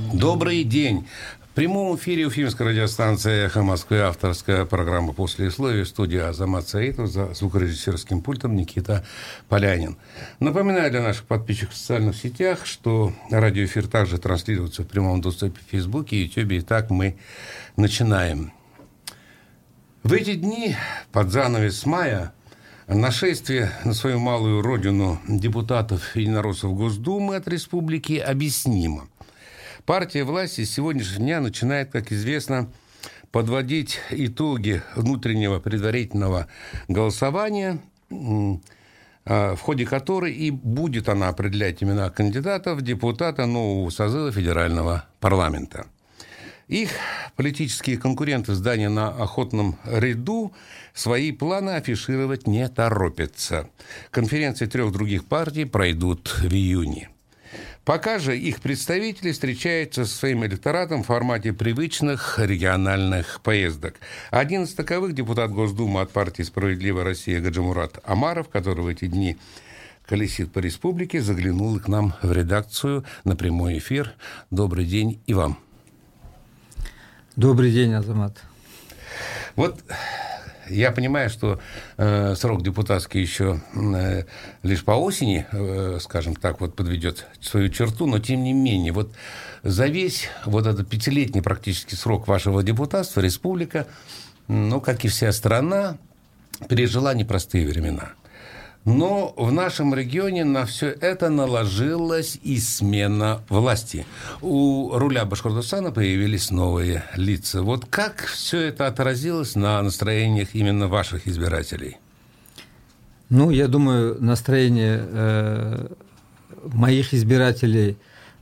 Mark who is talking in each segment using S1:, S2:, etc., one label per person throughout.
S1: Добрый день. В прямом эфире уфимской радиостанции «Эхо Москвы», авторская программа «Послесловие», студия Азамат Саитов, за звукорежиссерским пультом Никита Полянин. Напоминаю для наших подписчиков в социальных сетях, что радиоэфир также транслируется в прямом доступе в Фейсбуке и Ютубе. Итак, мы начинаем. В эти дни, под занавес мая, нашествие на свою малую родину депутатов и единороссов Госдумы от республики объяснимо. Партия власти с сегодняшнего дня начинает, как известно, подводить итоги внутреннего предварительного голосования, в ходе которой и будет она определять имена кандидатов в депутата нового созыва федерального парламента. Их политические конкуренты здания на охотном ряду свои планы афишировать не торопятся. Конференции 3 других партий пройдут в июне. Пока же их представители встречаются со своим электоратом в формате привычных региональных поездок. Один из таковых — депутат Госдумы от партии «Справедливая Россия» Гаджимурат Омаров, который в эти дни колесит по республике, заглянул к нам в редакцию на прямой эфир. Добрый день и вам.
S2: Добрый день, Азамат.
S1: Вот я понимаю, что срок депутатский еще лишь по осени, скажем так, вот подведет свою черту, но тем не менее, вот за весь вот этот 5-летний практически срок вашего депутатства республика, ну, как и вся страна, пережила непростые времена. Но в нашем регионе на все это наложилась и смена власти. У руля Башкортостана появились новые лица. Вот как все это отразилось на настроениях именно ваших избирателей?
S2: Ну, я думаю, настроение моих избирателей,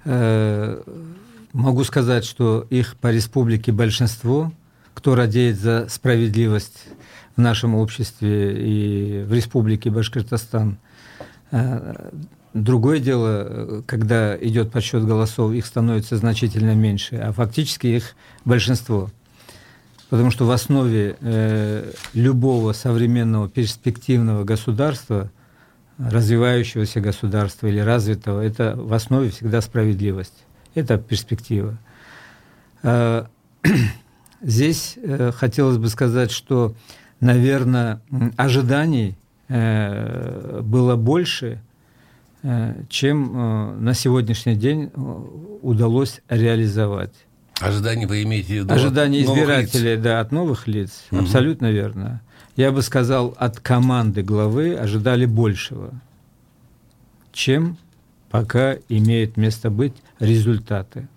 S2: могу сказать, что их по республике большинство, кто радеет за справедливость в нашем обществе и в республике Башкортостан. Другое дело, когда идет подсчет голосов, их становится значительно меньше, а фактически их большинство. Потому что в основе любого современного перспективного государства, развивающегося государства или развитого, это в основе всегда справедливость. Это перспектива. Здесь хотелось бы сказать, что, наверное, ожиданий было больше, чем на сегодняшний день удалось реализовать.
S1: Ожидания вы имеете в виду?
S2: Ожидания избирателей, да, от новых лиц, абсолютно верно. Я бы сказал, от команды главы ожидали большего, чем пока имеют место быть результаты.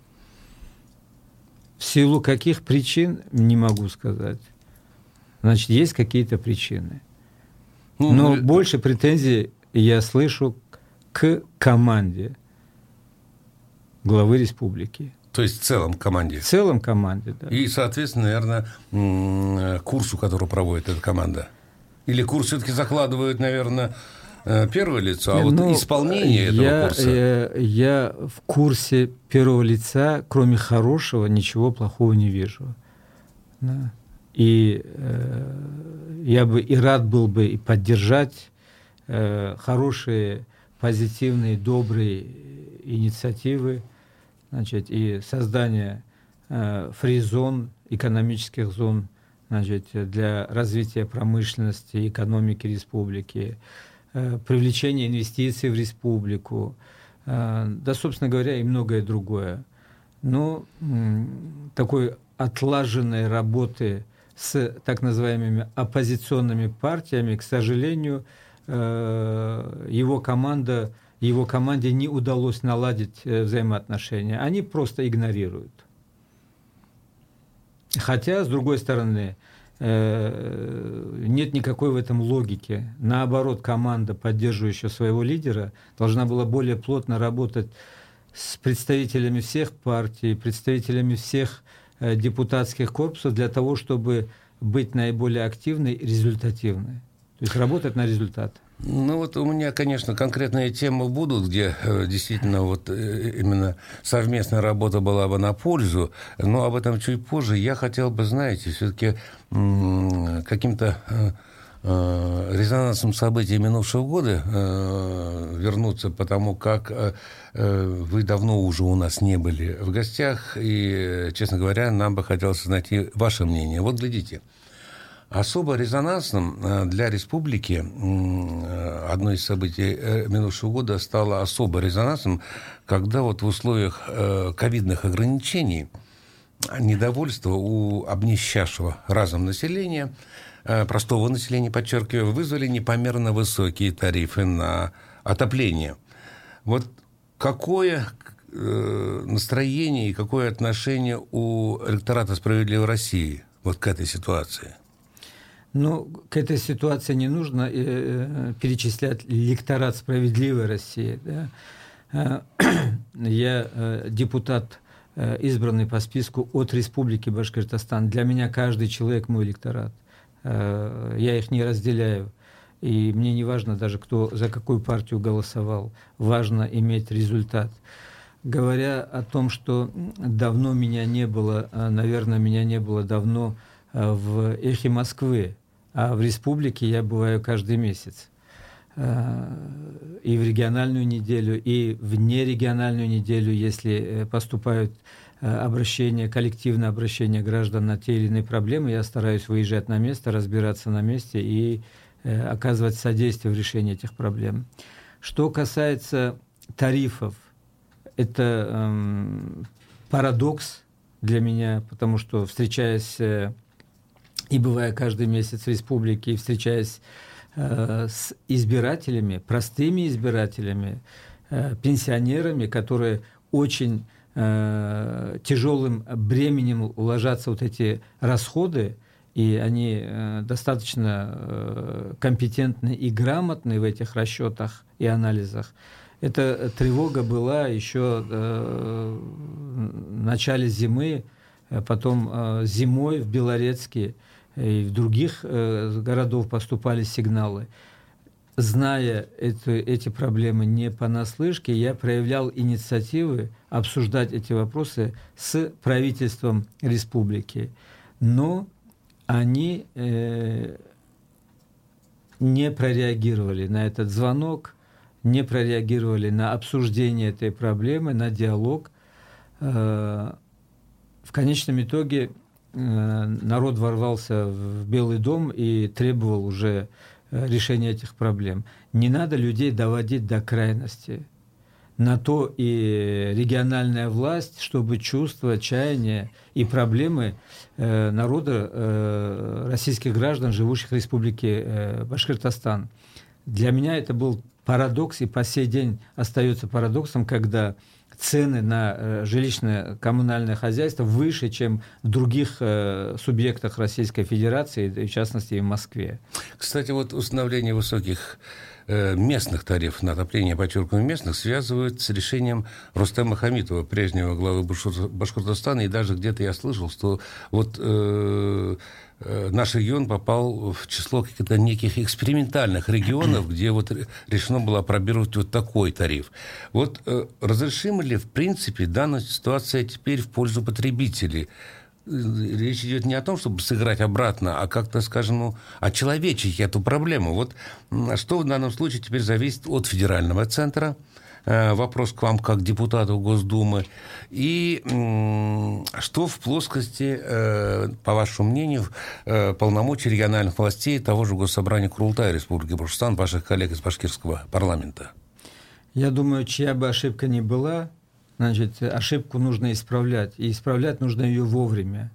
S2: В силу каких причин, не могу сказать. Значит, есть какие-то причины. Но больше претензий я слышу к команде главы республики.
S1: То есть в целом команде?
S2: В целом команде, да.
S1: И, соответственно, наверное, курсу, который проводит эта команда. Или курс все-таки закладывают, наверное, первое лицо, а вот исполнение этого курса...
S2: Я в курсе первого лица, кроме хорошего, ничего плохого не вижу. Да. И я бы и рад был бы и поддержать хорошие, позитивные, добрые инициативы, значит, и создание фри-зон, экономических зон, значит, для развития промышленности, экономики республики, привлечение инвестиций в республику, да, собственно говоря, и многое другое. Но такой отлаженной работы с так называемыми оппозиционными партиями, к сожалению, его команде не удалось наладить взаимоотношения. Они просто игнорируют. Хотя, с другой стороны, нет никакой в этом логики. Наоборот, команда, поддерживающая своего лидера, должна была более плотно работать с представителями всех партий, представителями всех депутатских корпусов для того, чтобы быть наиболее активной и результативной. То есть работать на результат.
S1: Ну вот у меня, конечно, конкретные темы будут, где действительно вот именно совместная работа была бы на пользу, но об этом чуть позже. Я хотел бы, знаете, все-таки каким-то резонансом событий минувшего года вернуться, потому как вы давно уже у нас не были в гостях, и, честно говоря, нам бы хотелось найти ваше мнение. Вот глядите. Особо резонансным для республики одно из событий минувшего года стало особо резонансным, когда вот в условиях ковидных ограничений недовольство у обнищавшего разом населения, простого населения, подчеркиваю, вызвали непомерно высокие тарифы на отопление. Вот какое настроение и какое отношение у электората «Справедливой России» вот к этой ситуации?
S2: Ну, к этой ситуации не нужно перечислять электорат «Справедливой России». Да? Я депутат, избранный по списку от Республики Башкортостан. Для меня каждый человек мой электорат. Я их не разделяю. И мне не важно даже, кто за какую партию голосовал. Важно иметь результат. Говоря о том, что давно меня не было, наверное, меня не было давно в «Эхе Москвы», а в республике я бываю каждый месяц. И в региональную неделю, и в нерегиональную неделю, если поступают обращения, коллективные обращения граждан на те или иные проблемы, я стараюсь выезжать на место, разбираться на месте и оказывать содействие в решении этих проблем. Что касается тарифов, это парадокс для меня, потому что, встречаясь и бывая каждый месяц в республике, и встречаясь с избирателями, простыми избирателями, пенсионерами, которые очень тяжелым бременем ложатся вот эти расходы, и они достаточно компетентны и грамотны в этих расчетах и анализах. Эта тревога была еще в начале зимы, потом зимой в Белорецке и в других городах поступали сигналы. Зная эти проблемы не понаслышке, я проявлял инициативы обсуждать эти вопросы с правительством республики. Но они не прореагировали на этот звонок, не прореагировали на обсуждение этой проблемы, на диалог. В конечном итоге народ ворвался в Белый дом и требовал уже решения этих проблем. Не надо людей доводить до крайности. На то и региональная власть, чтобы чувства, чаяния и проблемы народа, российских граждан, живущих в Республике Башкортостан. Для меня это был парадокс, и по сей день остается парадоксом, когда цены на жилищное коммунальное хозяйство выше, чем в других субъектах Российской Федерации, в частности, и в Москве.
S1: Кстати, вот установление высоких местных тарифов на отопление, подчеркиваю, местных, связывают с решением Рустема Хамитова, прежнего главы Башкортостана, и даже где-то я слышал, что вот наш регион попал в число каких-то неких экспериментальных регионов, где вот решено было опробировать вот такой тариф. Вот разрешима ли, в принципе, данная ситуация теперь в пользу потребителей? Речь идет не о том, чтобы сыграть обратно, а как-то, скажем, очеловечить эту проблему. Вот что в данном случае теперь зависит от федерального центра? Вопрос к вам как депутату Госдумы. И что в плоскости, по вашему мнению, полномочий региональных властей того же Госсобрания Курултая Республики Башкортостан, ваших коллег из башкирского парламента?
S2: Я думаю, чья бы ошибка ни была, значит, ошибку нужно исправлять. И исправлять нужно ее вовремя.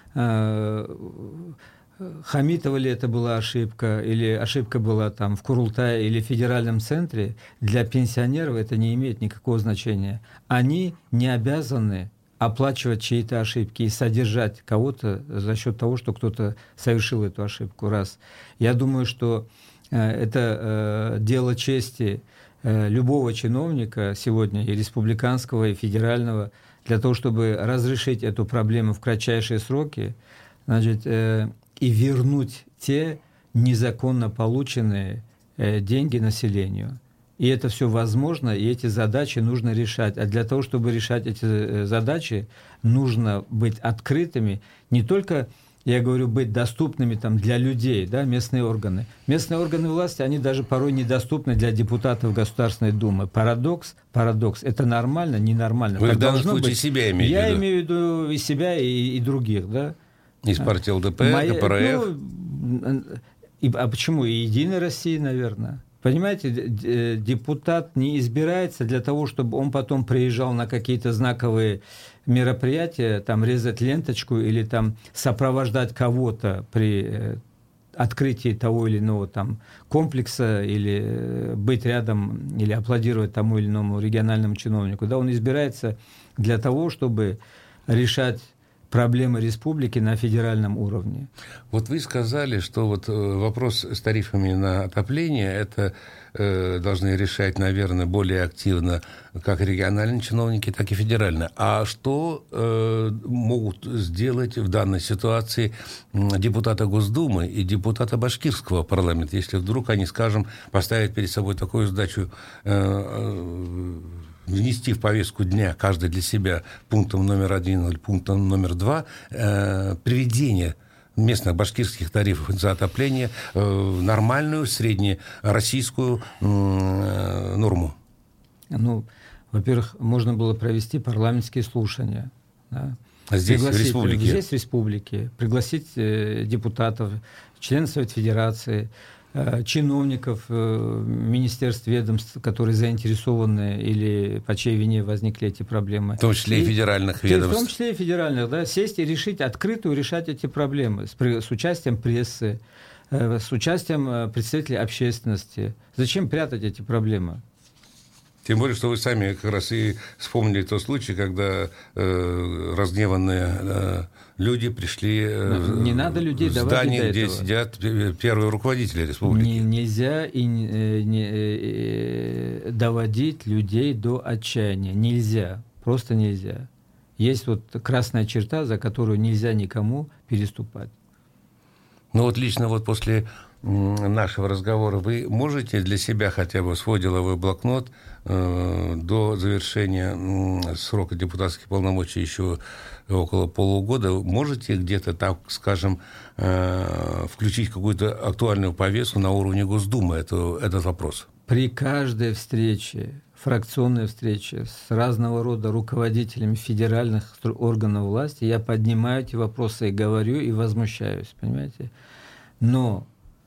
S2: Хамитова ли это была ошибка, или ошибка была там в Курултае или в федеральном центре, для пенсионеров это не имеет никакого значения. Они не обязаны оплачивать чьи-то ошибки и содержать кого-то за счет того, что кто-то совершил эту ошибку. Раз. Я думаю, что это дело чести любого чиновника сегодня, и республиканского, и федерального, для того, чтобы разрешить эту проблему в кратчайшие сроки, значит, и вернуть те незаконно полученные деньги населению. И это все возможно, и эти задачи нужно решать. А для того, чтобы решать эти задачи, нужно быть открытыми не только Я говорю, быть доступными там, для людей, да, местные органы. Местные органы власти, они даже порой недоступны для депутатов Государственной Думы. Парадокс, это нормально, ненормально.
S1: Вы
S2: так
S1: в данном
S2: должно
S1: случае
S2: быть.
S1: себя имеете в виду?
S2: Я имею в виду и себя, и других, да.
S1: Из партии ЛДПР, КПРФ?
S2: А почему? И Единой России, наверное. Понимаете, депутат не избирается для того, чтобы он потом приезжал на какие-то знаковые мероприятия, там резать ленточку или там сопровождать кого-то при открытии того или иного там комплекса, или быть рядом, или аплодировать тому или иному региональному чиновнику. Да, он избирается для того, чтобы решать проблемы республики на федеральном уровне.
S1: Вот вы сказали, что вот вопрос с тарифами на отопление это должны решать, наверное, более активно как региональные чиновники, так и федеральные. А что могут сделать в данной ситуации депутаты Госдумы и депутаты Башкирского парламента, если вдруг они, скажем, поставят перед собой такую задачу внести в повестку дня каждый для себя пунктом номер 1 или пунктом номер 2 приведение местных башкирских тарифов за отопление в нормальную среднероссийскую норму?
S2: Ну, во-первых, можно было провести парламентские слушания. Да?
S1: Здесь, в республике?
S2: Здесь, в республике. Пригласить депутатов, членов Совета Федерации, чиновников министерств, ведомств, которые заинтересованы или по чьей вине возникли эти проблемы.
S1: В том числе и федеральных ведомств.
S2: В том числе и федеральных, да, сесть и решить, открытую решать эти проблемы с участием прессы, с участием представителей общественности. Зачем прятать эти проблемы?
S1: Тем более, что вы сами как раз и вспомнили тот случай, когда разгневанные люди пришли
S2: не надо людей
S1: в здание, где сидят первые руководители республики.
S2: Нельзя доводить людей до отчаяния. Нельзя. Просто нельзя. Есть вот красная черта, за которую нельзя никому переступать.
S1: Ну вот лично вот после нашего разговора вы можете для себя хотя бы свой деловой блокнот до завершения срока депутатских полномочий еще около полугода, можете где-то, так скажем, включить какую-то актуальную повестку на уровне Госдумы этот вопрос?
S2: При каждой встрече, фракционной встрече с разного рода руководителями федеральных органов власти я поднимаю эти вопросы и говорю, и возмущаюсь, понимаете? Но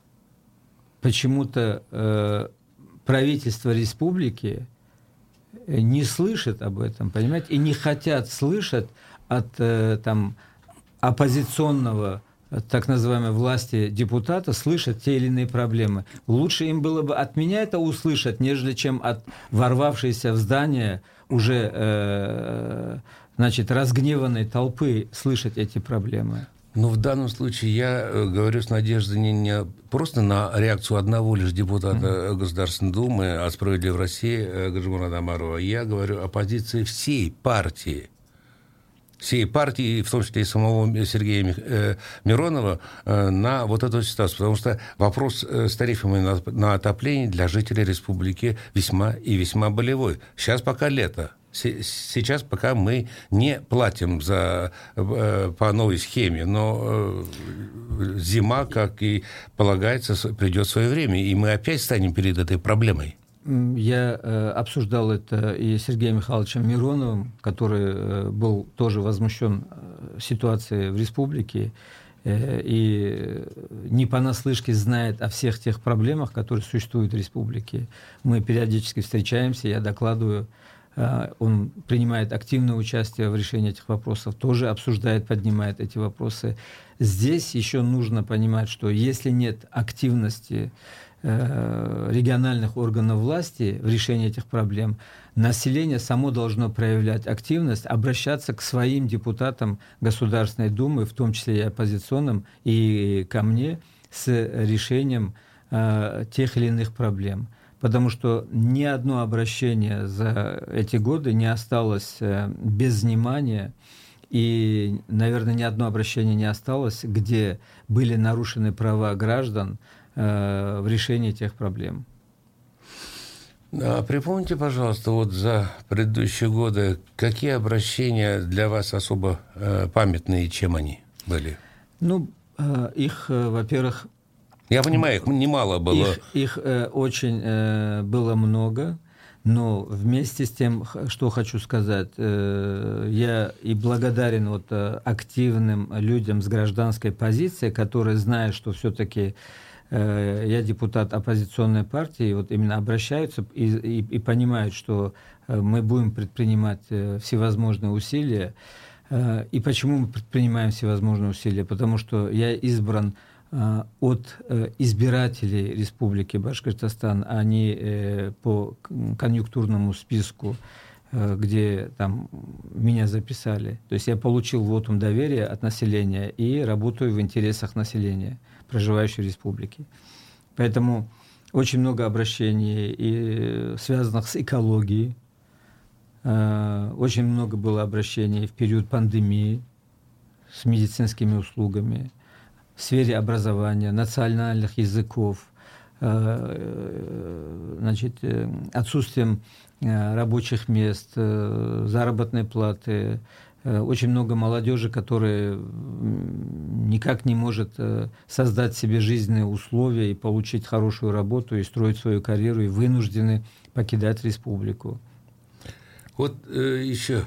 S2: почему-то правительство республики не слышит об этом, понимаете, и не хотят слышать от там, оппозиционного, так называемой власти депутата, слышать те или иные проблемы. Лучше им было бы от меня это услышать, нежели чем от ворвавшейся в здание уже разгневанной толпы слышать эти проблемы.
S1: Но в данном случае я говорю с надеждой не просто на реакцию одного лишь депутата Государственной Думы, а «Справедливой России» Гаджимурада Омарова. Я говорю о позиции всей партии, в том числе и самого Сергея Миронова, на вот эту ситуацию. Потому что вопрос с тарифами на отопление для жителей республики весьма и весьма болевой. Сейчас пока лето. Сейчас пока мы не платим по новой схеме, но зима, как и полагается, придет в свое время, и мы опять станем перед этой проблемой.
S2: Я обсуждал это и с Сергеем Михайловичем Мироновым, который был тоже возмущен ситуацией в республике и не понаслышке знает о всех тех проблемах, которые существуют в республике. Мы периодически встречаемся, я докладываю. Он принимает активное участие в решении этих вопросов, тоже обсуждает, поднимает эти вопросы. Здесь еще нужно понимать, что если нет активности региональных органов власти в решении этих проблем, население само должно проявлять активность, обращаться к своим депутатам Государственной Думы, в том числе и оппозиционным, и ко мне с решением тех или иных проблем. Потому что ни одно обращение за эти годы не осталось без внимания, и, наверное, ни одно обращение не осталось, где были нарушены права граждан в решении тех проблем.
S1: Припомните, пожалуйста, вот за предыдущие годы, какие обращения для вас особо памятные, чем они были?
S2: Ну, их, во-первых...
S1: Я понимаю, их немало было.
S2: Их очень было много, но вместе с тем, что хочу сказать, я и благодарен вот активным людям с гражданской позицией, которые знают, что все-таки я депутат оппозиционной партии, вот именно обращаются и понимают, что мы будем предпринимать всевозможные усилия. И почему мы предпринимаем всевозможные усилия? Потому что я избран от избирателей Республики Башкортостан, а не по конъюнктурному списку, где там меня записали. То есть я получил вотум доверия от населения и работаю в интересах населения, проживающей в республике. Поэтому очень много обращений, и связанных с экологией. Очень много было обращений в период пандемии с медицинскими услугами, в сфере образования, национальных языков, значит, отсутствием рабочих мест, заработной платы. Очень много молодежи, которая никак не может создать себе жизненные условия и получить хорошую работу, и строить свою карьеру, и вынуждены покидать республику.
S1: Вот еще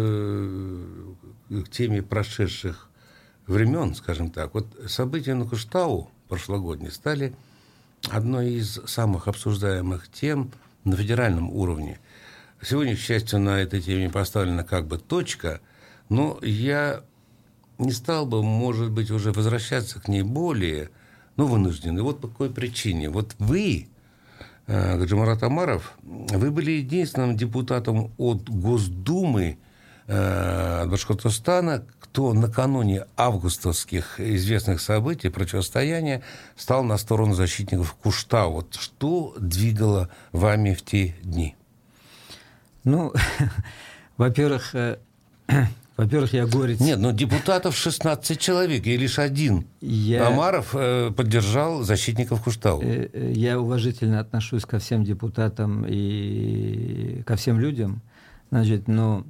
S1: к теме прошедших времен, скажем так, вот события на Куштау прошлогодние стали одной из самых обсуждаемых тем на федеральном уровне. Сегодня, к счастью, на этой теме поставлена как бы точка, но я не стал бы, может быть, уже возвращаться к ней более, но вынуждены. Вот по какой причине. Вот вы, Гаджимурат Омаров, вы были единственным депутатом от Госдумы от Башкортостана, кто накануне августовских известных событий, противостояния, стал на сторону защитников Куштау. Вот что двигало вами в те дни?
S2: Ну, во-первых, я горец.
S1: Нет, но депутатов 16 человек, и лишь один. Омаров поддержал защитников Куштау.
S2: Я уважительно отношусь ко всем депутатам и ко всем людям. Значит, но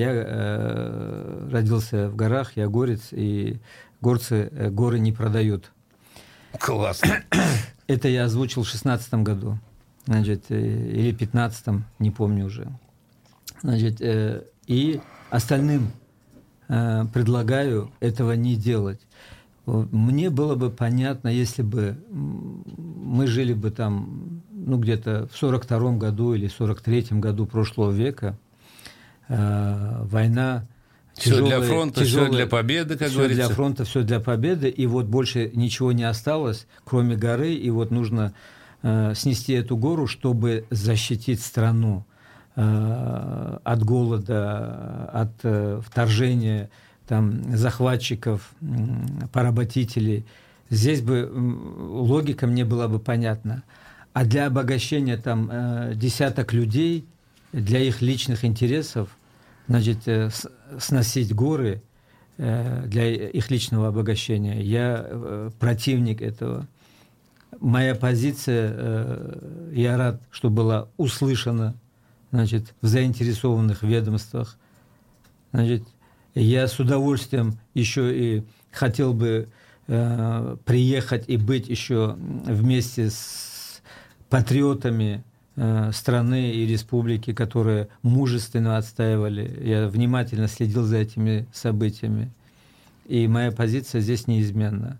S2: я родился в горах, я горец, и горцы горы не продают.
S1: Классно.
S2: Это я озвучил в 2016 году, значит, или 2015, не помню уже. Значит, и остальным предлагаю этого не делать. Мне было бы понятно, если бы мы жили бы там, ну, где-то в 42-м году или 43-м году прошлого века, война
S1: тяжелая. Все для фронта, все для победы, как говорится.
S2: Все для фронта, все для победы, и вот больше ничего не осталось, кроме горы, и вот нужно снести эту гору, чтобы защитить страну от голода, от вторжения там, захватчиков, поработителей. Здесь бы логика мне была бы понятна. А для обогащения там десяток людей, для их личных интересов, значит, сносить горы для их личного обогащения, я противник этого. Моя позиция, я рад, что была услышана, значит, в заинтересованных ведомствах. Значит, я с удовольствием еще и хотел бы приехать и быть еще вместе с патриотами страны и республики, которые мужественно отстаивали. Я внимательно следил за этими событиями. И моя позиция здесь неизменна.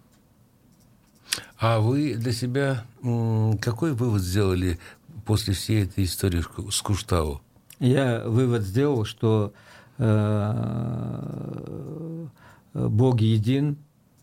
S1: А вы для себя какой вывод сделали после всей этой истории с Куштау?
S2: Я вывод сделал, что Бог един,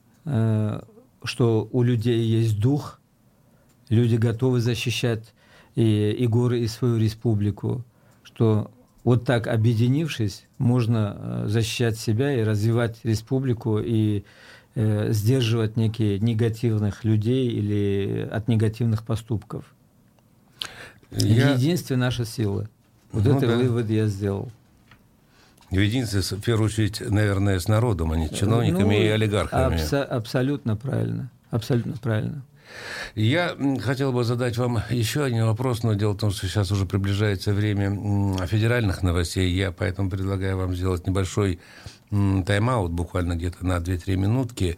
S2: что у людей есть дух, люди готовы защищать и горы, и свою республику, что вот так, объединившись, можно защищать себя и развивать республику, и сдерживать некие негативных людей или от негативных поступков. Единство — наша сила. Вот этот вывод я сделал.
S1: В единстве, в первую очередь, наверное, с народом, а не с чиновниками и олигархами.
S2: Абсолютно правильно. Абсолютно правильно.
S1: Я хотел бы задать вам еще один вопрос, но дело в том, что сейчас уже приближается время федеральных новостей. Я поэтому предлагаю вам сделать небольшой тайм-аут, буквально где-то на 2-3 минутки.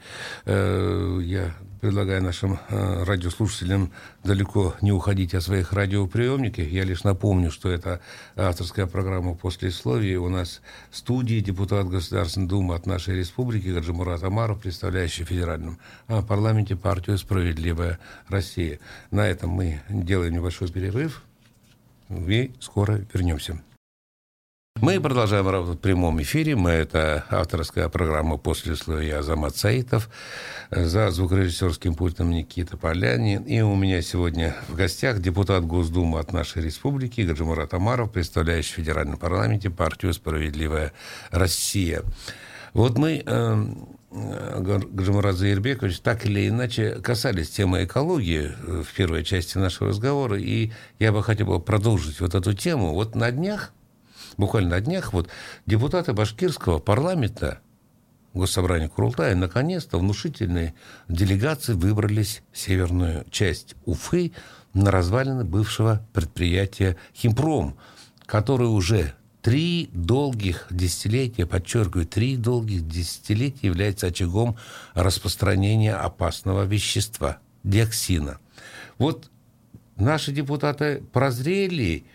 S1: Я предлагаю нашим радиослушателям далеко не уходить от своих радиоприемников. Я лишь напомню, что это авторская программа «Послесловие». У нас в студии депутат Государственной Думы от нашей республики Гаджимурат Омаров, представляющий в федеральном парламенте партию «Справедливая Россия». На этом мы делаем небольшой перерыв и скоро вернемся. Мы продолжаем работать в прямом эфире. Это авторская программа «Послесловие», Азамат Саитов. За звукорежиссерским пультом Никита Полянин. И у меня сегодня в гостях депутат Госдумы от нашей республики Гаджимурат Омаров, представляющий в федеральном парламенте партию «Справедливая Россия». Вот мы, Гаджимурат Заирбекович, так или иначе касались темы экологии в первой части нашего разговора. И я бы хотел продолжить вот эту тему. Вот на днях, буквально на днях, вот депутаты башкирского парламента Госсобрания Курултая наконец-то внушительные делегации выбрались в северную часть Уфы на развалины бывшего предприятия «Химпром», которое уже 3 долгих десятилетия, подчеркиваю, 3 долгих десятилетия является очагом распространения опасного вещества – диоксина. Вот наши депутаты прозрели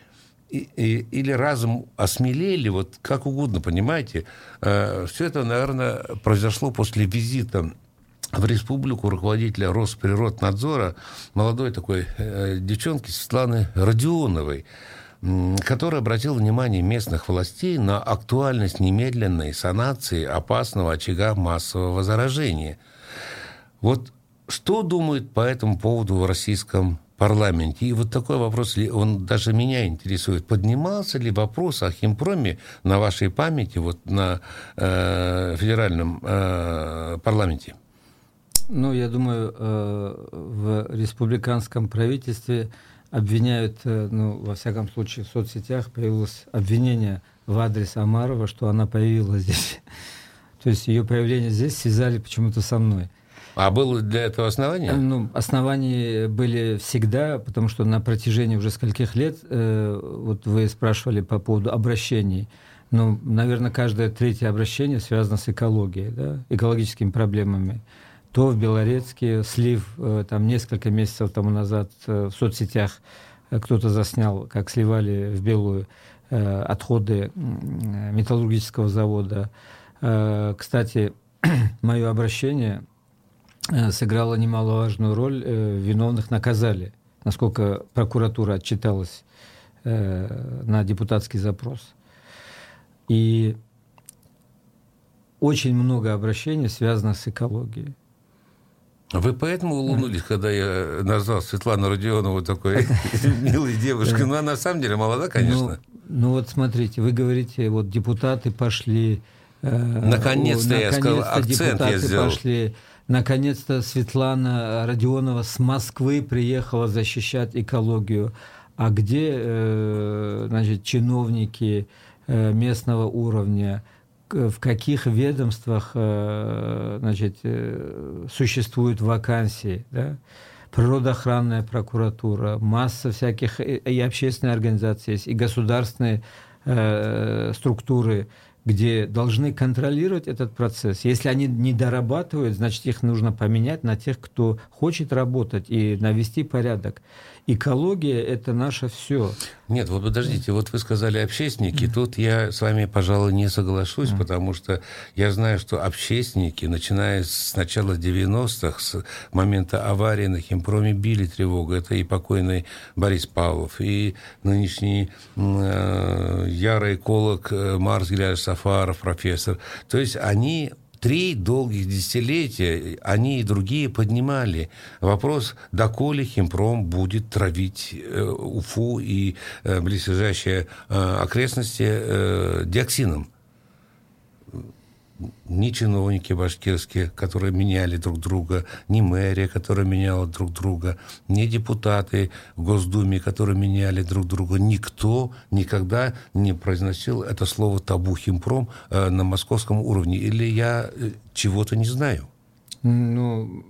S1: или разом осмелели, вот как угодно, понимаете. Все это, наверное, произошло после визита в республику руководителя Росприроднадзора, молодой такой девчонки Светланы Родионовой, которая обратила внимание местных властей на актуальность немедленной санации опасного очага массового заражения. Вот что думают по этому поводу в российском парламенте? И вот такой вопрос, он даже меня интересует. Поднимался ли вопрос о Химпроме на вашей памяти вот на федеральном парламенте?
S2: Ну, я думаю, в республиканском правительстве обвиняют, ну, во всяком случае, в соцсетях появилось обвинение в адрес Омарова, что она появилась здесь. То есть ее появление здесь связали почему-то со мной.
S1: А было для этого основания?
S2: Ну, основания были всегда, потому что на протяжении уже скольких лет, вот вы спрашивали по поводу обращений, ну, наверное, каждое 3-е обращение связано с экологией, да, экологическими проблемами. То в Белорецке слив, там несколько месяцев тому назад в соцсетях кто-то заснял, как сливали в Белую отходы металлургического завода. Кстати, мое обращение сыграло немаловажную роль, виновных наказали, насколько прокуратура отчиталась на депутатский запрос. И очень много обращений связано с экологией.
S1: Вы поэтому улыбнулись, когда я назвал Светлану Родионову такой милой девушкой? Ну, она на самом деле молода, конечно.
S2: Ну вот смотрите, вы говорите, вот депутаты пошли...
S1: Наконец-то я сказал, акцент я сделал.
S2: Пошли, наконец-то Светлана Родионова с Москвы приехала защищать экологию. А где, значит, чиновники местного уровня, в каких ведомствах, значит, существуют вакансии, да? Природоохранная прокуратура, масса всяких и общественных организаций есть, и государственные структуры, где должны контролировать этот процесс. Если они не дорабатывают, значит, их нужно поменять на тех, кто хочет работать и навести порядок. Экология – это наше все.
S1: Нет, вот подождите, вот вы сказали общественники, тут я с вами, пожалуй, не соглашусь, потому что я знаю, что общественники, начиная с начала 90-х, с момента аварии на Химпроме, били тревогу. Это и покойный Борис Павлов, и нынешний ярый эколог Марс Гиляш Сафаров, профессор. То есть они... 3 долгих десятилетия они и другие поднимали вопрос, доколе Химпром будет травить Уфу и близлежащие окрестности диоксином. Ни чиновники башкирские, которые меняли друг друга, ни мэрия, которая меняла друг друга, ни депутаты в Госдуме, которые меняли друг друга. Никто никогда не произносил это слово табу Химпром на московском уровне. Или я чего-то не знаю?
S2: Ну,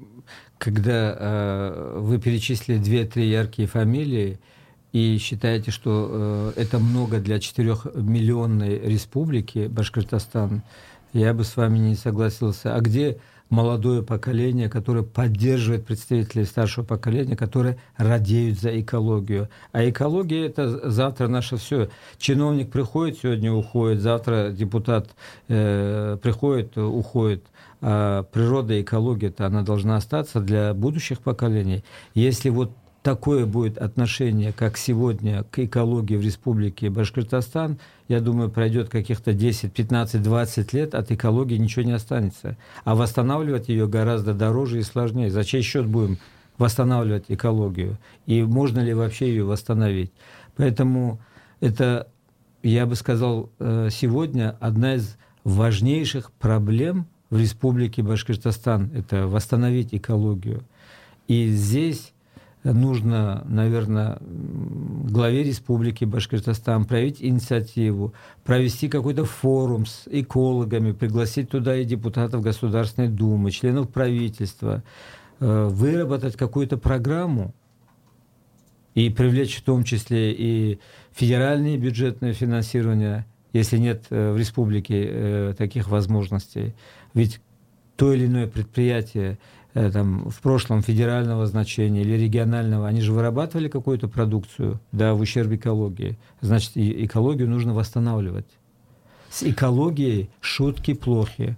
S2: когда вы перечислили 2-3 яркие фамилии и считаете, что это много для 4-миллионной республики Башкортостан, я бы с вами не согласился. А где молодое поколение, которое поддерживает представителей старшего поколения, которые радеют за экологию? А экология – это завтра наше все. Чиновник приходит, сегодня уходит, завтра депутат приходит, уходит. А природа, экология-то она должна остаться для будущих поколений. Если вот такое будет отношение, как сегодня, к экологии в Республике Башкортостан, я думаю, пройдет каких-то 10, 15, 20 лет, от экологии ничего не останется. А восстанавливать ее гораздо дороже и сложнее. За чей счет будем восстанавливать экологию? И можно ли вообще ее восстановить? Поэтому это, я бы сказал, сегодня одна из важнейших проблем в Республике Башкортостан – это восстановить экологию. И здесь нужно, наверное, главе Республики Башкортостан проявить инициативу, провести какой-то форум с экологами, пригласить туда и депутатов Государственной Думы, членов правительства, выработать какую-то программу и привлечь в том числе и федеральное бюджетное финансирование, если нет в республике таких возможностей. Ведь то или иное предприятие там, в прошлом федерального значения или регионального, они же вырабатывали какую-то продукцию, да, в ущерб экологии. Значит, и экологию нужно восстанавливать. С экологией шутки плохи.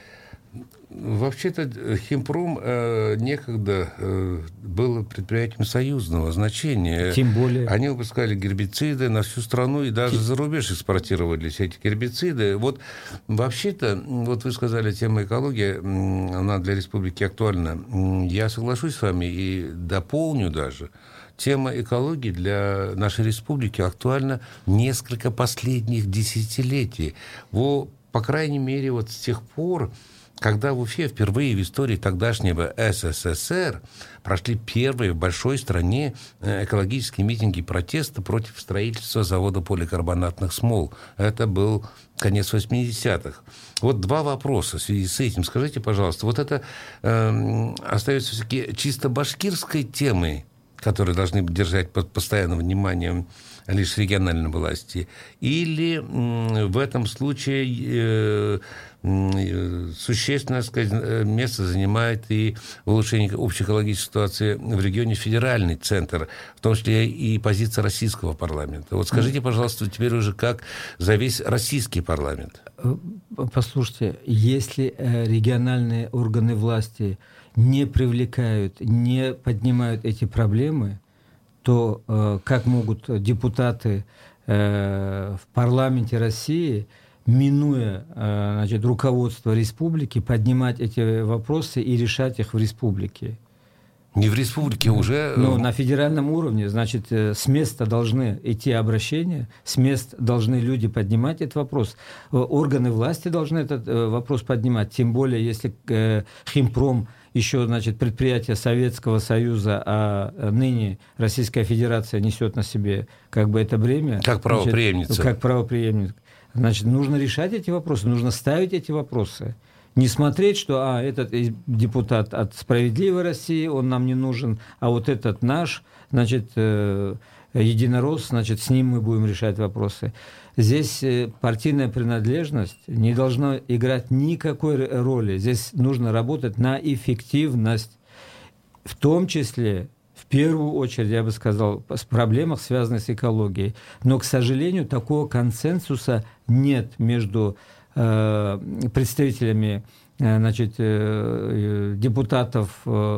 S1: Вообще-то химпром некогда был предприятием союзного значения.
S2: Тем более.
S1: Они выпускали гербициды на всю страну и даже за рубеж экспортировались эти гербициды. Вот вообще-то, вот вы сказали, тема экологии, она для республики актуальна. Я соглашусь с вами и дополню даже. Тема экологии для нашей республики актуальна несколько последних десятилетий. По крайней мере, вот с тех пор, когда в Уфе впервые в истории тогдашнего СССР прошли первые в большой стране экологические митинги протеста против строительства завода поликарбонатных смол. Это был конец 80-х. Вот два вопроса в связи с этим. Скажите, пожалуйста, вот это остается все-таки чисто башкирской темой, которые должны держать под постоянным вниманием лишь региональной власти, или в этом случае существенное, сказать, место занимает и улучшение общей экологической ситуации в регионе федеральный центр, в том числе и позиция российского парламента. Вот скажите, пожалуйста, теперь уже как за весь российский парламент.
S2: Послушайте, если региональные органы власти не привлекают, не поднимают эти проблемы, то как могут депутаты в парламенте России, минуя значит, руководство республики, поднимать эти вопросы и решать их в республике?
S1: Не в республике уже...
S2: Ну, на федеральном уровне, значит, с места должны идти обращения, с мест должны люди поднимать этот вопрос. Органы власти должны этот вопрос поднимать, тем более, если химпром еще, значит, предприятие Советского Союза, а ныне Российская Федерация несет на себе как бы это бремя.
S1: Как правопреемница.
S2: Значит, как правопреемница. Значит, нужно решать эти вопросы, нужно ставить эти вопросы. Не смотреть, что этот депутат от «Справедливой России», он нам не нужен, а вот этот наш, значит, единорос, значит, с ним мы будем решать вопросы. Здесь партийная принадлежность не должна играть никакой роли. Здесь нужно работать на эффективность, в том числе, в первую очередь, я бы сказал, с проблемах, связанных с экологией. Но, к сожалению, такого консенсуса нет между представителями, значит, депутатов,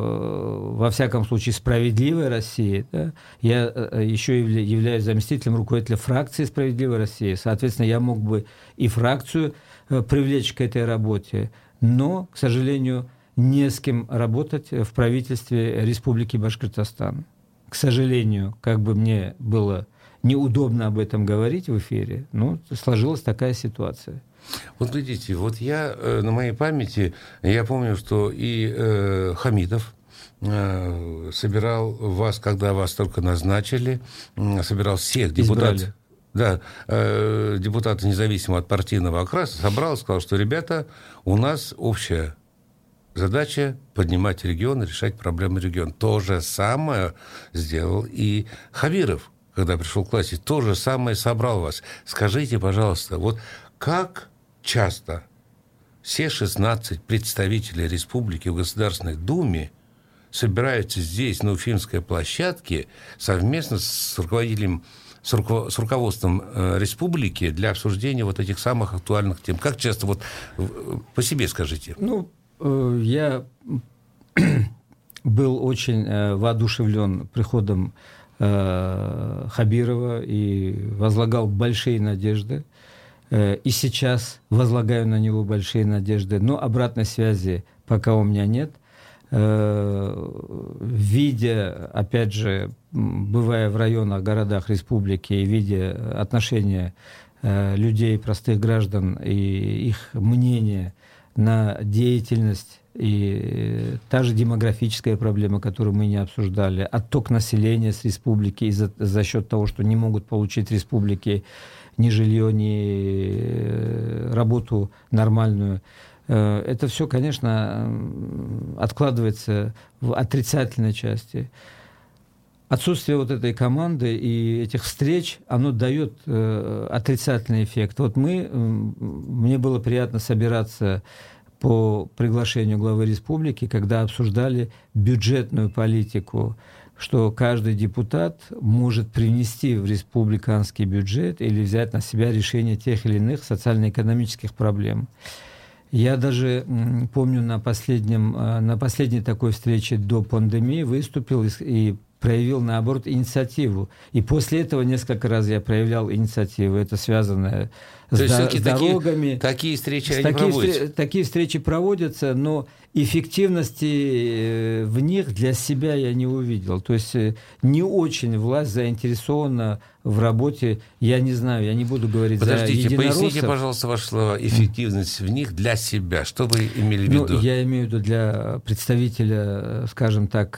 S2: во всяком случае, «Справедливой России». Да? Я еще являюсь заместителем руководителя фракции «Справедливой России». Соответственно, я мог бы и фракцию привлечь к этой работе, но, к сожалению, не с кем работать в правительстве Республики Башкортостан. К сожалению, как бы мне было неудобно об этом говорить в эфире, но сложилась такая ситуация.
S1: Вот глядите, вот я на моей памяти, я помню, что и Хамитов собирал вас, когда вас только назначили, собирал всех депутатов. Да, депутаты независимо от партийного окраса, собрал и сказал, что, ребята, у нас общая задача поднимать регион, решать проблемы региона. То же самое сделал и Хабиров, когда пришел к власти. То же самое собрал вас. Скажите, пожалуйста, вот как часто все 16 представителей республики в Государственной Думе собираются здесь, на Уфимской площадке, совместно с руководством республики для обсуждения вот этих самых актуальных тем? Как часто? Вот по себе скажите.
S2: Ну, я был очень воодушевлен приходом Хабирова и возлагал большие надежды. И сейчас возлагаю на него большие надежды. Но обратной связи пока у меня нет. Видя, опять же, бывая в районах, городах республики, и видя отношения людей, простых граждан и их мнение на деятельность и та же демографическая проблема, которую мы не обсуждали, отток населения с республики за счет того, что не могут получить республики ни жилье, ни работу нормальную. Это все, конечно, откладывается в отрицательной части. Отсутствие вот этой команды и этих встреч, оно дает отрицательный эффект. Вот мне было приятно собираться по приглашению главы республики, когда обсуждали бюджетную политику, что каждый депутат может привнести в республиканский бюджет или взять на себя решение тех или иных социально-экономических проблем. Я даже помню на последней такой встрече до пандемии выступил и проявил, наоборот, инициативу. И после этого несколько раз я проявлял инициативу. Это связано с дорогами.
S1: Такие встречи проводятся?
S2: Такие встречи проводятся, но эффективности в них для себя я не увидел. То есть не очень власть заинтересована в работе. Я не знаю, я не буду говорить за единороссов.
S1: Поясните, пожалуйста, ваши слова. Эффективность в них для себя. Что вы имели в виду?
S2: Я имею в виду для представителя, скажем так,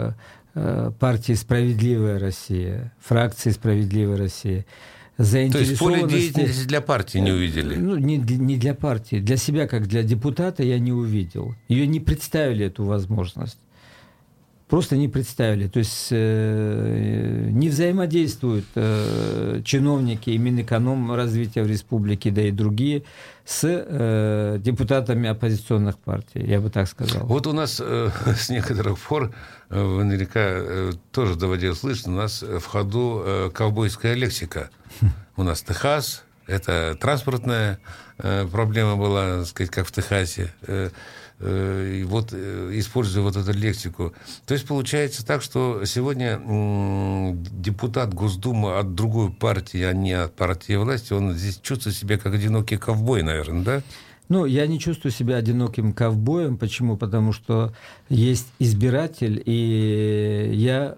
S2: партии «Справедливая Россия», фракции «Справедливая Россия».
S1: То есть поле деятельности для партии не увидели?
S2: Ну, не для партии. Для себя, как для депутата, я не увидел. Ее не представили, эту возможность. Просто не представили. То есть не взаимодействуют чиновники и Минэкономразвития в республике, да и другие, с депутатами оппозиционных партий, я бы так сказал.
S1: Вот у нас с некоторых пор, вы наверняка тоже доводилось слышать, у нас в ходу ковбойская лексика. У нас Техас, это транспортная проблема была, так сказать, как в Техасе. И вот используя вот эту лексику. То есть получается так, что сегодня депутат Госдумы от другой партии, а не от партии власти, он здесь чувствует себя как одинокий ковбой, наверное, да?
S2: Ну, я не чувствую себя одиноким ковбоем. Почему? Потому что есть избиратель, и я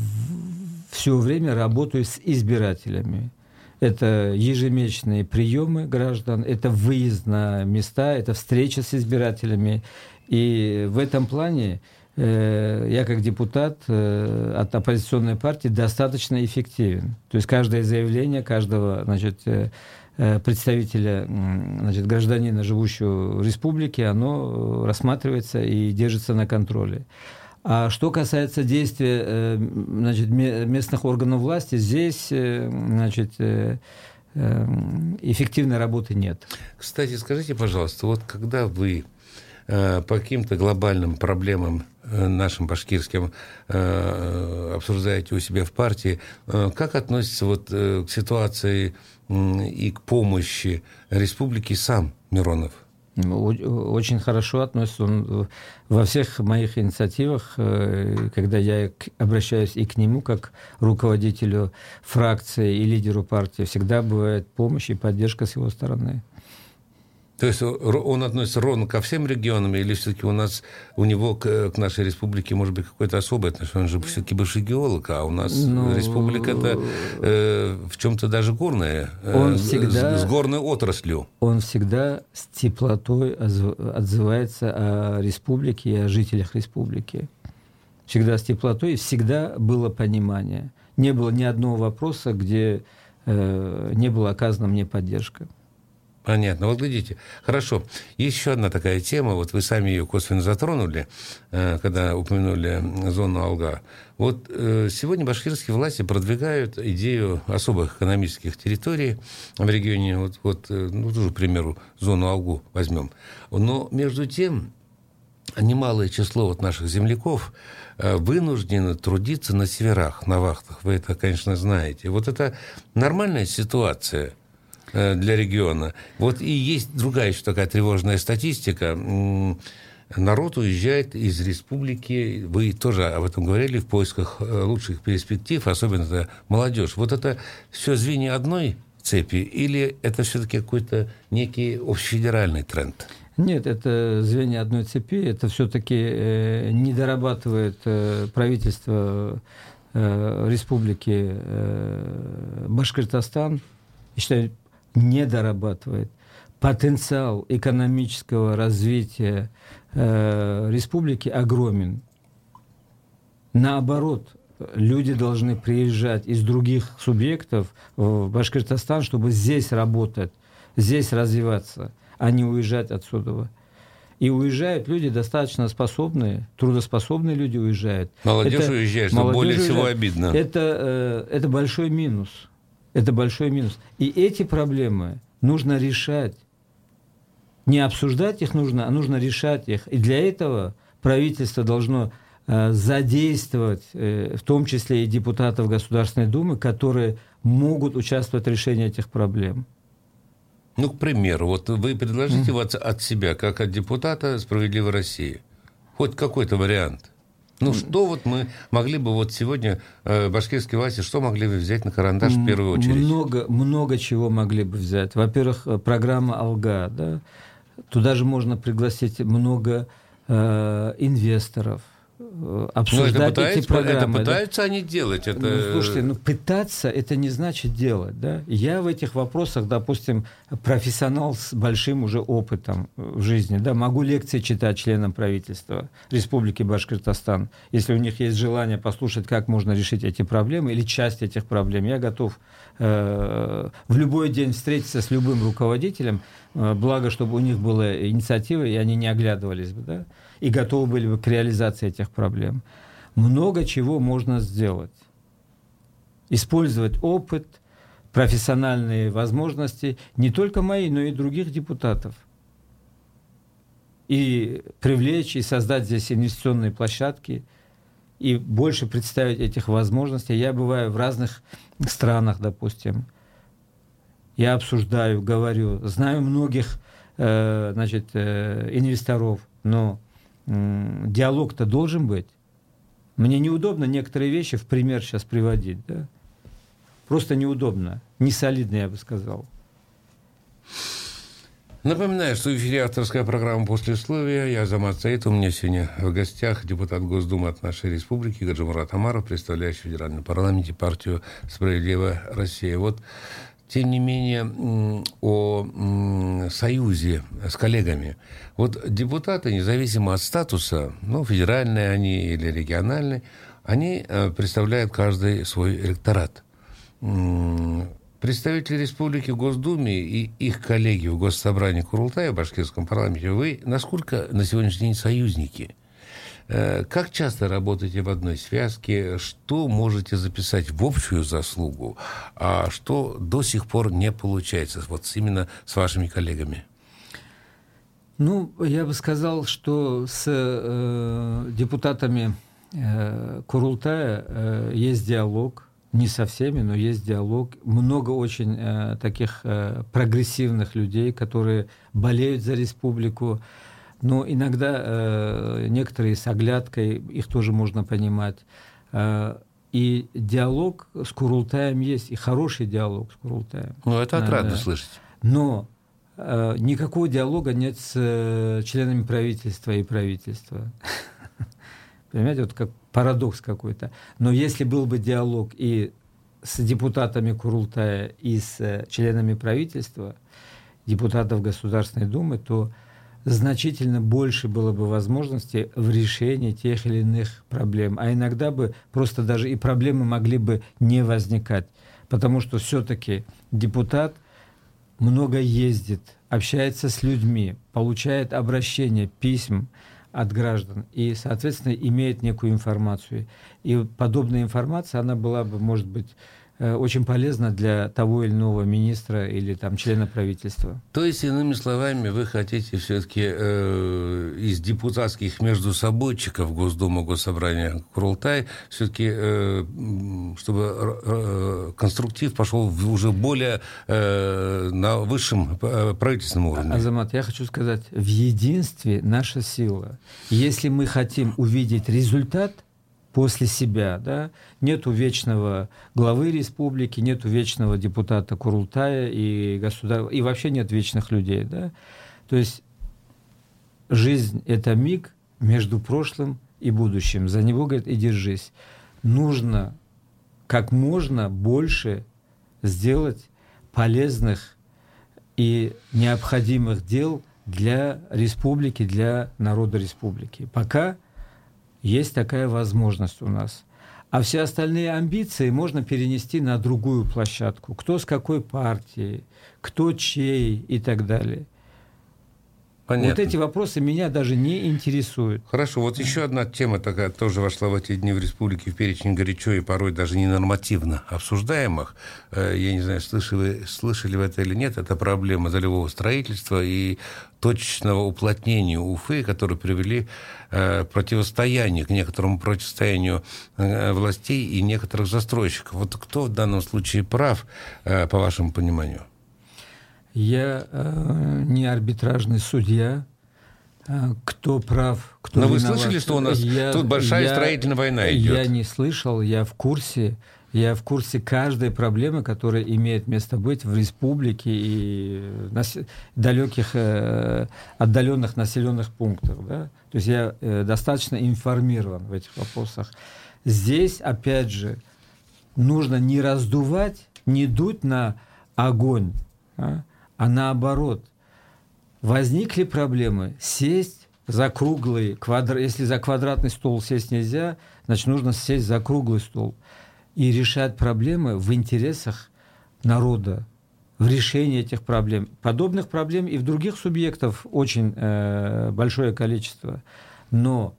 S2: все время работаю с избирателями. Это ежемесячные приемы граждан, это выезд на места, это встреча с избирателями. И в этом плане я как депутат от оппозиционной партии достаточно эффективен. То есть каждое заявление каждого, представителя, гражданина, живущего в республике, оно рассматривается и держится на контроле. А что касается действия местных органов власти, здесь эффективной работы нет.
S1: Кстати, скажите, пожалуйста, вот когда вы по каким-то глобальным проблемам нашим башкирским обсуждаете у себя в партии, как относится вот к ситуации и к помощи республики сам Миронов?
S2: Очень хорошо относится. Он во всех моих инициативах, когда я обращаюсь и к нему, как руководителю фракции и лидеру партии, всегда бывает помощь и поддержка с его стороны.
S1: То есть он относится ровно ко всем регионам, или все-таки у него к нашей республике может быть какое-то особое отношение? Он же все-таки бывший геолог, а у нас республика это в чем-то даже горная, с горной отраслью.
S2: Он всегда с теплотой отзывается о республике и о жителях республики. Всегда с теплотой, и всегда было понимание. Не было ни одного вопроса, где не была оказана мне поддержка.
S1: Понятно. Вот глядите. Хорошо. Есть еще одна такая тема. Вот вы сами ее косвенно затронули, когда упомянули зону Алга. Вот сегодня башкирские власти продвигают идею особых экономических территорий в регионе. Ну, тоже, к примеру, зону Алгу возьмем. Но между тем немалое число наших земляков вынуждены трудиться на северах, на вахтах. Вы это, конечно, знаете. Вот это нормальная ситуация для региона. Вот и есть другая еще такая тревожная статистика. Народ уезжает из республики, вы тоже об этом говорили, в поисках лучших перспектив, особенно это молодежь. Вот это все звенья одной цепи или это все-таки какой-то некий общефедеральный тренд?
S2: Нет, это звенья одной цепи, это все-таки не дорабатывает правительство республики Башкортостан, я считаю, не дорабатывает. Потенциал экономического развития республики огромен. Наоборот, люди должны приезжать из других субъектов в Башкортостан, чтобы здесь работать, здесь развиваться, а не уезжать отсюда. И уезжают люди достаточно способные, трудоспособные люди уезжают.
S1: Молодежь уезжает, что более всего обидно.
S2: Это большой минус. Это большой минус. И эти проблемы нужно решать. Не обсуждать их нужно, а нужно решать их. И для этого правительство должно задействовать, в том числе и депутатов Государственной Думы, которые могут участвовать в решении этих проблем.
S1: Ну, к примеру, вот вы предложите от себя, как от депутата «Справедливой России», хоть какой-то вариант. Ну, что вот мы могли бы вот сегодня, башкирские власти, что могли бы взять на карандаш в первую очередь?
S2: Много чего могли бы взять. Во-первых, программа «Алга», да? Туда же можно пригласить много инвесторов, обсуждать эти программы.
S1: Это пытаются они делать?
S2: Слушайте, пытаться – это не значит делать. Да? Я в этих вопросах, допустим, профессионал с большим уже опытом в жизни. Да? Могу лекции читать членам правительства Республики Башкортостан. Если у них есть желание послушать, как можно решить эти проблемы или часть этих проблем, я готов в любой день встретиться с любым руководителем, благо, чтобы у них была инициатива, и они не оглядывались бы, да? И готовы были бы к реализации этих проблем. Много чего можно сделать. Использовать опыт, профессиональные возможности, не только мои, но и других депутатов. И привлечь, и создать здесь инвестиционные площадки, и больше представить этих возможностей. Я бываю в разных странах, допустим. Я обсуждаю, говорю, знаю многих инвесторов, но диалог-то должен быть. Мне неудобно некоторые вещи в пример сейчас приводить. Да? Просто неудобно. Не солидно, я бы сказал.
S1: Напоминаю, что в эфире авторская программа «Послесловие». Я Азамат Саитов. У меня сегодня в гостях депутат Госдумы от нашей республики Гаджимурат Омаров, представляющий в федеральном парламенте партию «Справедливая Россия». Вот, тем не менее, о союзе с коллегами. Вот депутаты, независимо от статуса, федеральные они или региональные, они представляют каждый свой электорат. Представители республики в Госдуме и их коллеги в Госсобрании Курултая в башкирском парламенте, вы насколько на сегодняшний день союзники? Как часто работаете в одной связке? Что можете записать в общую заслугу, а что до сих пор не получается вот именно с вашими коллегами?
S2: Я бы сказал, что с депутатами Курултая есть диалог. Не со всеми, но есть диалог. Много очень таких прогрессивных людей, которые болеют за республику. Но иногда некоторые с оглядкой, их тоже можно понимать. И диалог с Курултаем есть, и хороший диалог с Курултаем.
S1: Это отрадно слышать.
S2: Но никакого диалога нет с членами правительства и правительства. Понимаете, вот как парадокс какой-то. Но если был бы диалог и с депутатами Курултая, и с членами правительства, депутатов Государственной Думы, то значительно больше было бы возможностей в решении тех или иных проблем. А иногда бы просто даже и проблемы могли бы не возникать. Потому что все-таки депутат много ездит, общается с людьми, получает обращения, писем от граждан и, соответственно, имеет некую информацию. И подобная информация, она была бы, может быть, очень полезна для того или иного министра или там, члена правительства.
S1: То есть, иными словами, вы хотите все-таки из депутатских междусобойчиков Госдумы, Госсобрания, Курултай, все-таки, чтобы конструктив пошел уже более на высшем правительственном уровне.
S2: Азамат, я хочу сказать, в единстве наша сила. Если мы хотим увидеть результат после себя, да, нету вечного главы республики, нету вечного депутата Курултая и вообще нет вечных людей, да. То есть жизнь – это миг между прошлым и будущим. За него, говорит, и держись. Нужно как можно больше сделать полезных и необходимых дел для республики, для народа республики. Пока есть такая возможность у нас. А все остальные амбиции можно перенести на другую площадку. Кто с какой партии, кто чей и так далее. Понятно. Вот эти вопросы меня даже не интересуют.
S1: Хорошо, вот еще одна тема такая тоже вошла в эти дни в республике в перечень горячо и порой даже ненормативно обсуждаемых. Я не знаю, слышали вы это или нет, это проблема долевого строительства и точечного уплотнения Уфы, которые привели к некоторому противостоянию властей и некоторых застройщиков. Вот кто в данном случае прав, по вашему пониманию?
S2: Я не арбитражный судья. Кто прав, кто
S1: виноват.
S2: Но
S1: вы слышали, что у нас тут большая строительная война идет?
S2: Я не слышал, я в курсе. Я в курсе каждой проблемы, которая имеет место быть в республике и далеких, отдаленных населенных пунктах. Да? То есть я достаточно информирован в этих вопросах. Здесь, опять же, нужно не раздувать, не дуть на огонь, а наоборот. Возникли проблемы, сесть за круглый квадрат. Если за квадратный стол сесть нельзя, значит, нужно сесть за круглый стол и решать проблемы в интересах народа, в решении этих проблем. Подобных проблем и в других субъектов очень большое количество. Но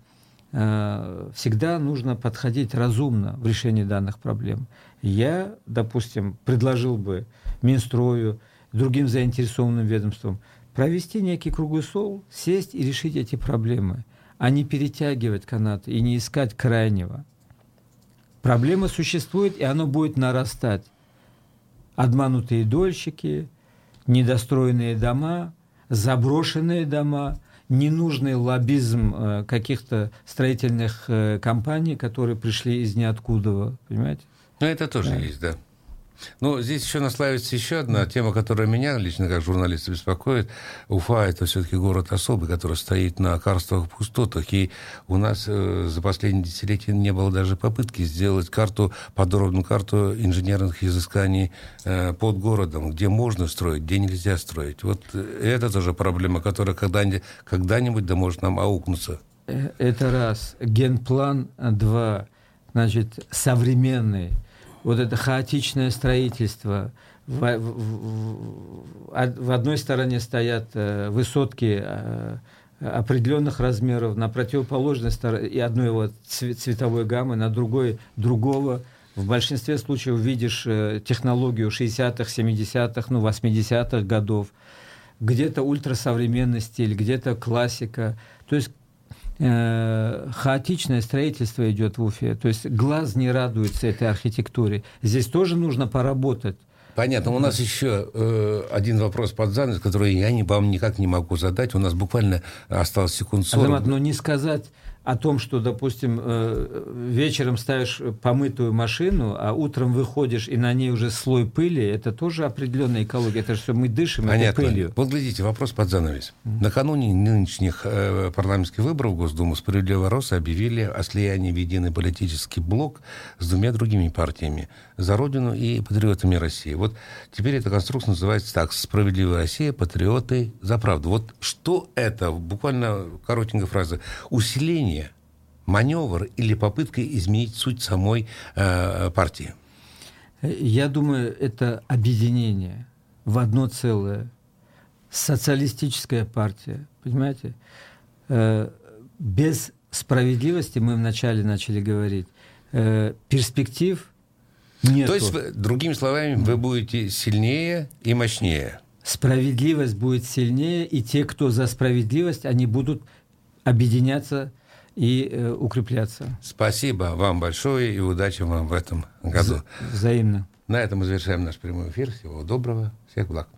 S2: всегда нужно подходить разумно в решении данных проблем. Я, допустим, предложил бы Минстрою, другим заинтересованным ведомствам провести некий круглый стол, сесть и решить эти проблемы, а не перетягивать канаты и не искать крайнего. Проблема существует, и она будет нарастать. Обманутые дольщики, недостроенные дома, заброшенные дома, ненужный лоббизм каких-то строительных компаний, которые пришли из ниоткуда, понимаете?
S1: Ну, это тоже есть, да. Ну, здесь еще наслаивается еще одна тема, которая меня лично как журналиста беспокоит. Уфа – это все-таки город особый, который стоит на карстовых пустотах. И у нас за последние десятилетия не было даже попытки сделать подробную карту инженерных изысканий под городом, где можно строить, где нельзя строить. Вот это тоже проблема, которая когда-нибудь да может нам аукнуться.
S2: Это раз. Генплан 2, значит, современный. Вот это хаотичное строительство. В одной стороне стоят высотки определенных размеров, на противоположной стороне и одной вот цветовой гаммы, на другой другого. В большинстве случаев видишь технологию 60-х, 70-х, 80-х годов. Где-то ультрасовременный стиль, где-то классика. То есть хаотичное строительство идет в Уфе. То есть глаз не радуется этой архитектуре. Здесь тоже нужно поработать.
S1: Понятно. У нас еще один вопрос под занавес, который я вам никак не могу задать. У нас буквально осталось секунд 40.
S2: Азамат, но не сказать о том, что, допустим, вечером ставишь помытую машину, а утром выходишь, и на ней уже слой пыли, это тоже определенная экология. Это же все мы дышим этой пылью.
S1: Вот глядите, вопрос под занавес. Накануне нынешних парламентских выборов Госдуму «Справедливая Россия» объявили о слиянии в единый политический блок с двумя другими партиями – «За Родину» и «Патриотами России». Вот теперь эта конструкция называется так: «Справедливая Россия, патриоты за правду». Вот что это? Буквально коротенькая фраза. Усиление, маневр или попытка изменить суть самой партии?
S2: Я думаю, это объединение. в одно целое. Социалистическая партия, понимаете? Без справедливости, мы вначале начали говорить, перспектив нет.
S1: То есть, другими словами, вы будете сильнее и мощнее.
S2: Справедливость будет сильнее, и те, кто за справедливость, они будут объединяться и укрепляться.
S1: Спасибо вам большое и удачи вам в этом году.
S2: Взаимно.
S1: На этом мы завершаем наш прямой эфир. Всего доброго. Всех благ.